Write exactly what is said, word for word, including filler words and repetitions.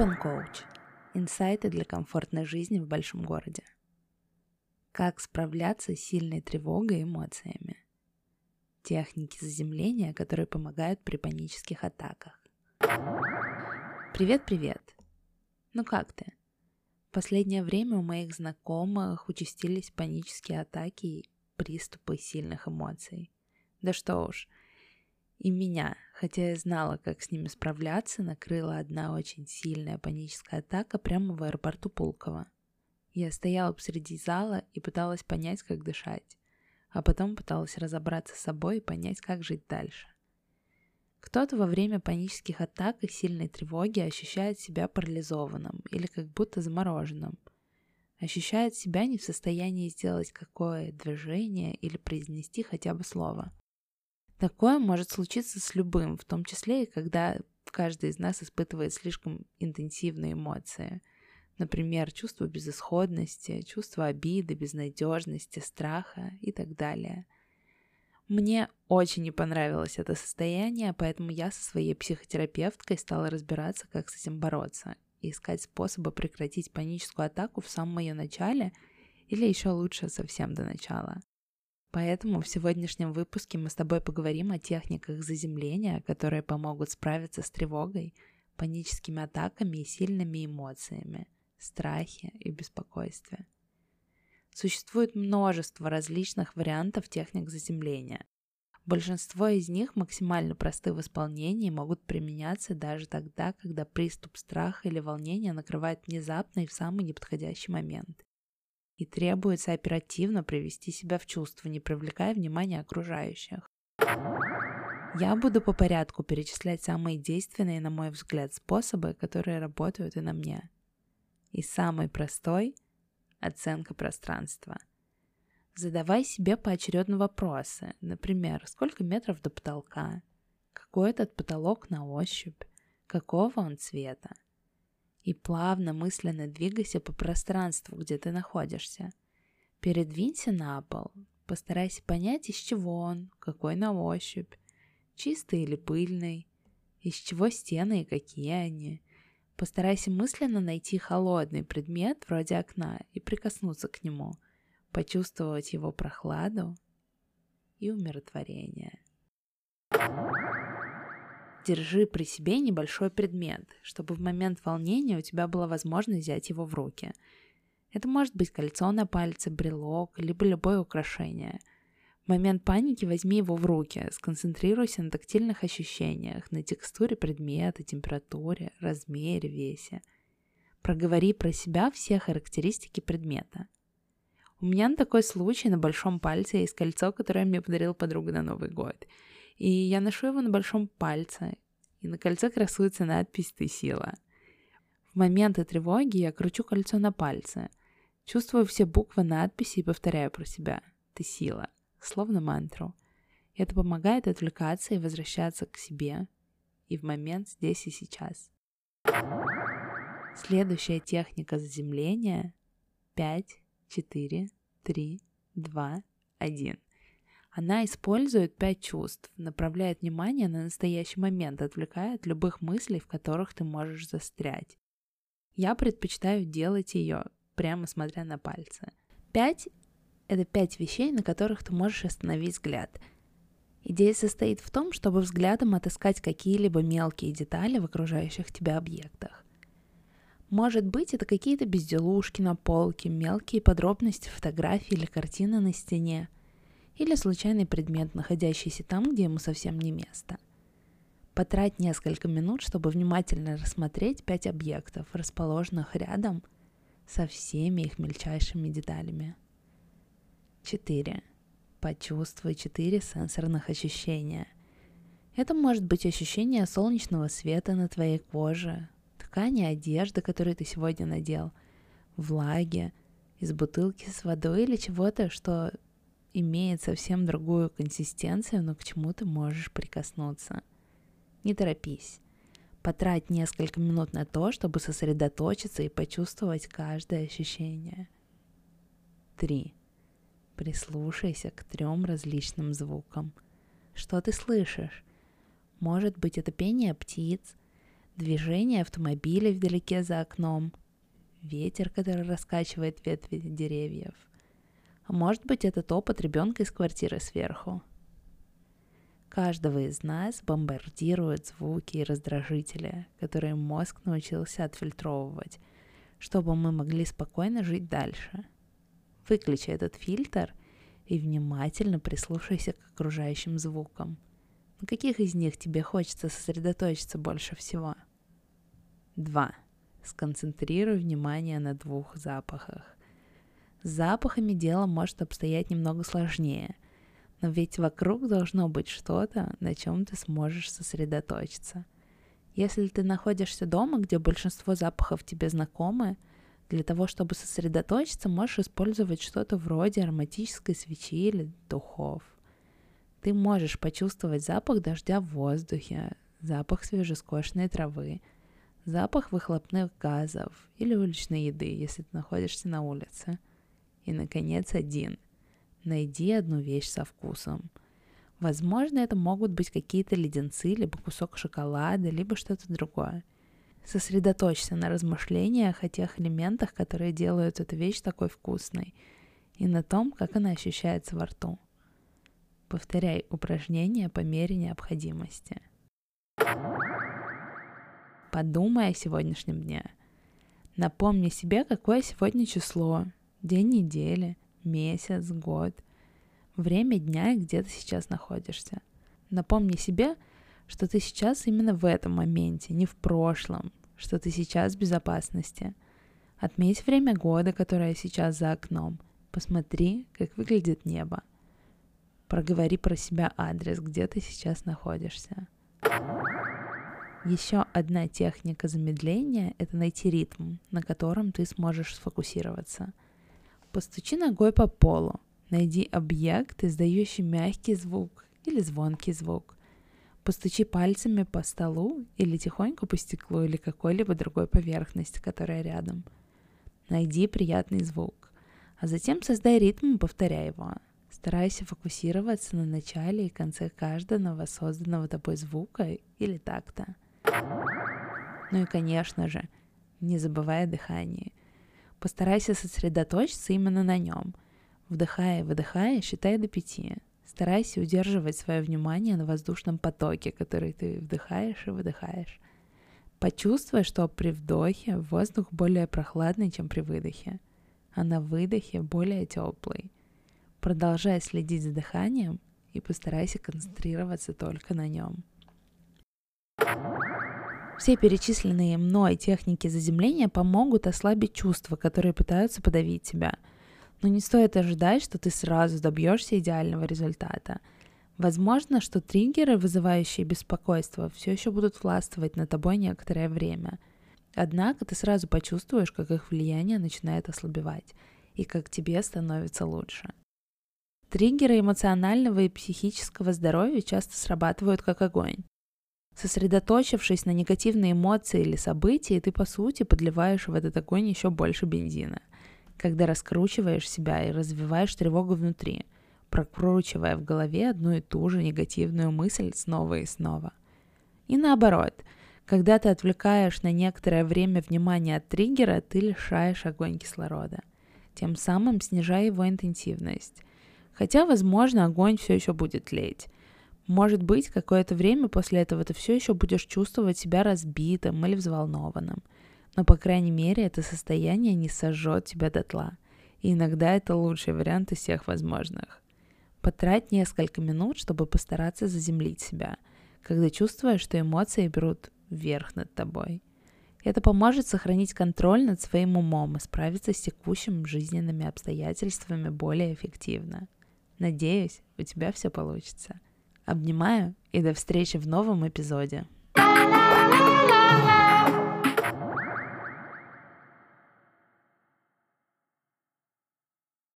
Urban Coach. Инсайты для комфортной жизни в большом городе. Как справляться с сильной тревогой и эмоциями. Техники заземления, которые помогают при панических атаках. Привет-привет! Ну как ты? В последнее время у моих знакомых участились панические атаки и приступы сильных эмоций. Да что уж, и меня, хотя я знала, как с ними справляться, накрыла одна очень сильная паническая атака прямо в аэропорту Пулково. Я стояла посреди зала и пыталась понять, как дышать, а потом пыталась разобраться с собой и понять, как жить дальше. Кто-то во время панических атак и сильной тревоги ощущает себя парализованным или как будто замороженным, ощущает себя не в состоянии сделать какое движение или произнести хотя бы слово. Такое может случиться с любым, в том числе и когда каждый из нас испытывает слишком интенсивные эмоции. Например, чувство безысходности, чувство обиды, безнадежности, страха и так далее. Мне очень не понравилось это состояние, поэтому я со своей психотерапевткой стала разбираться, как с этим бороться, и искать способы прекратить паническую атаку в самом ее начале или еще лучше совсем до начала. Поэтому в сегодняшнем выпуске мы с тобой поговорим о техниках заземления, которые помогут справиться с тревогой, паническими атаками и сильными эмоциями, страхе и беспокойстве. Существует множество различных вариантов техник заземления. Большинство из них максимально просты в исполнении и могут применяться даже тогда, когда приступ страха или волнения накрывает внезапно и в самый неподходящий момент. И требуется оперативно привести себя в чувство, не привлекая внимания окружающих. Я буду по порядку перечислять самые действенные, на мой взгляд, способы, которые работают и на мне. И самый простой – оценка пространства. Задавай себе поочередно вопросы, например, сколько метров до потолка, какой этот потолок на ощупь, какого он цвета. И плавно, мысленно двигайся по пространству, где ты находишься. Передвинься на пол, постарайся понять, из чего он, какой на ощупь, чистый или пыльный, из чего стены и какие они. Постарайся мысленно найти холодный предмет вроде окна и прикоснуться к нему, почувствовать его прохладу и умиротворение. Держи при себе небольшой предмет, чтобы в момент волнения у тебя была возможность взять его в руки. Это может быть кольцо на пальце, брелок, либо любое украшение. В момент паники возьми его в руки, сконцентрируйся на тактильных ощущениях, на текстуре предмета, температуре, размере, весе. Проговори про себя все характеристики предмета. У меня на такой случай на большом пальце есть кольцо, которое мне подарила подруга на Новый год. И я ношу его на большом пальце, и на кольце красуется надпись «Ты сила». В моменты тревоги я кручу кольцо на пальце, чувствую все буквы надписи и повторяю про себя «Ты сила», словно мантру. И это помогает отвлекаться и возвращаться к себе и в момент здесь и сейчас. Следующая техника заземления – пять, четыре, три, два, один. Она использует пять чувств, направляет внимание на настоящий момент, отвлекая от любых мыслей, в которых ты можешь застрять. Я предпочитаю делать ее, прямо смотря на пальцы. Пять – это пять вещей, на которых ты можешь остановить взгляд. Идея состоит в том, чтобы взглядом отыскать какие-либо мелкие детали в окружающих тебя объектах. Может быть, это какие-то безделушки на полке, мелкие подробности фотографии или картины на стене, или случайный предмет, находящийся там, где ему совсем не место. Потрать несколько минут, чтобы внимательно рассмотреть пять объектов, расположенных рядом со всеми их мельчайшими деталями. четыре. Почувствуй четыре сенсорных ощущения. Это может быть ощущение солнечного света на твоей коже, ткани одежды, которую ты сегодня надел, влаги из бутылки с водой или чего-то, что имеет совсем другую консистенцию, но к чему ты можешь прикоснуться. Не торопись. Потрать несколько минут на то, чтобы сосредоточиться и почувствовать каждое ощущение. Три. Прислушайся к трем различным звукам. Что ты слышишь? Может быть, это пение птиц, движение автомобилей вдалеке за окном, ветер, который раскачивает ветви деревьев. А может быть, этот опыт ребенка из квартиры сверху. Каждого из нас бомбардируют звуки и раздражители, которые мозг научился отфильтровывать, чтобы мы могли спокойно жить дальше. Выключи этот фильтр и внимательно прислушайся к окружающим звукам. На каких из них тебе хочется сосредоточиться больше всего? Два. Сконцентрируй внимание на двух запахах. С запахами дело может обстоять немного сложнее, но ведь вокруг должно быть что-то, на чем ты сможешь сосредоточиться. Если ты находишься дома, где большинство запахов тебе знакомы, для того, чтобы сосредоточиться, можешь использовать что-то вроде ароматической свечи или духов. Ты можешь почувствовать запах дождя в воздухе, запах свежескошенной травы, запах выхлопных газов или уличной еды, если ты находишься на улице. И, наконец, один. Найди одну вещь со вкусом. Возможно, это могут быть какие-то леденцы, либо кусок шоколада, либо что-то другое. Сосредоточься на размышлениях о тех элементах, которые делают эту вещь такой вкусной, и на том, как она ощущается во рту. Повторяй упражнения по мере необходимости. Подумай о сегодняшнем дне. Напомни себе, какое сегодня число, день недели, месяц, год, время дня и где ты сейчас находишься. Напомни себе, что ты сейчас именно в этом моменте, не в прошлом, что ты сейчас в безопасности. Отметь время года, которое сейчас за окном. Посмотри, как выглядит небо. Проговори про себя адрес, где ты сейчас находишься. Еще одна техника замедления – это найти ритм, на котором ты сможешь сфокусироваться. Постучи ногой по полу, найди объект, издающий мягкий звук или звонкий звук. Постучи пальцами по столу или тихонько по стеклу или какой-либо другой поверхности, которая рядом. Найди приятный звук, а затем создай ритм и повторяй его. Старайся фокусироваться на начале и конце каждого созданного тобой звука или такта. Ну и, конечно же, не забывай о дыхании. Постарайся сосредоточиться именно на нем. Вдыхая и выдыхая, считай до пяти. Старайся удерживать свое внимание на воздушном потоке, который ты вдыхаешь и выдыхаешь. Почувствуй, что при вдохе воздух более прохладный, чем при выдохе, а на выдохе более теплый. Продолжай следить за дыханием и постарайся концентрироваться только на нем. Все перечисленные мной техники заземления помогут ослабить чувства, которые пытаются подавить тебя. Но не стоит ожидать, что ты сразу добьешься идеального результата. Возможно, что триггеры, вызывающие беспокойство, все еще будут властвовать над тобой некоторое время. Однако ты сразу почувствуешь, как их влияние начинает ослабевать и как тебе становится лучше. Триггеры эмоционального и психического здоровья часто срабатывают как огонь. Сосредоточившись на негативные эмоции или события, ты по сути подливаешь в этот огонь еще больше бензина, когда раскручиваешь себя и развиваешь тревогу внутри, прокручивая в голове одну и ту же негативную мысль снова и снова. И наоборот, когда ты отвлекаешь на некоторое время внимание от триггера, ты лишаешь огонь кислорода, тем самым снижая его интенсивность. Хотя, возможно, огонь все еще будет тлеть. Может быть, какое-то время после этого ты все еще будешь чувствовать себя разбитым или взволнованным. Но, по крайней мере, это состояние не сожжет тебя дотла. И иногда это лучший вариант из всех возможных. Потрать несколько минут, чтобы постараться заземлить себя, когда чувствуешь, что эмоции берут верх над тобой. Это поможет сохранить контроль над своим умом и справиться с текущими жизненными обстоятельствами более эффективно. Надеюсь, у тебя все получится. Обнимаю и до встречи в новом эпизоде.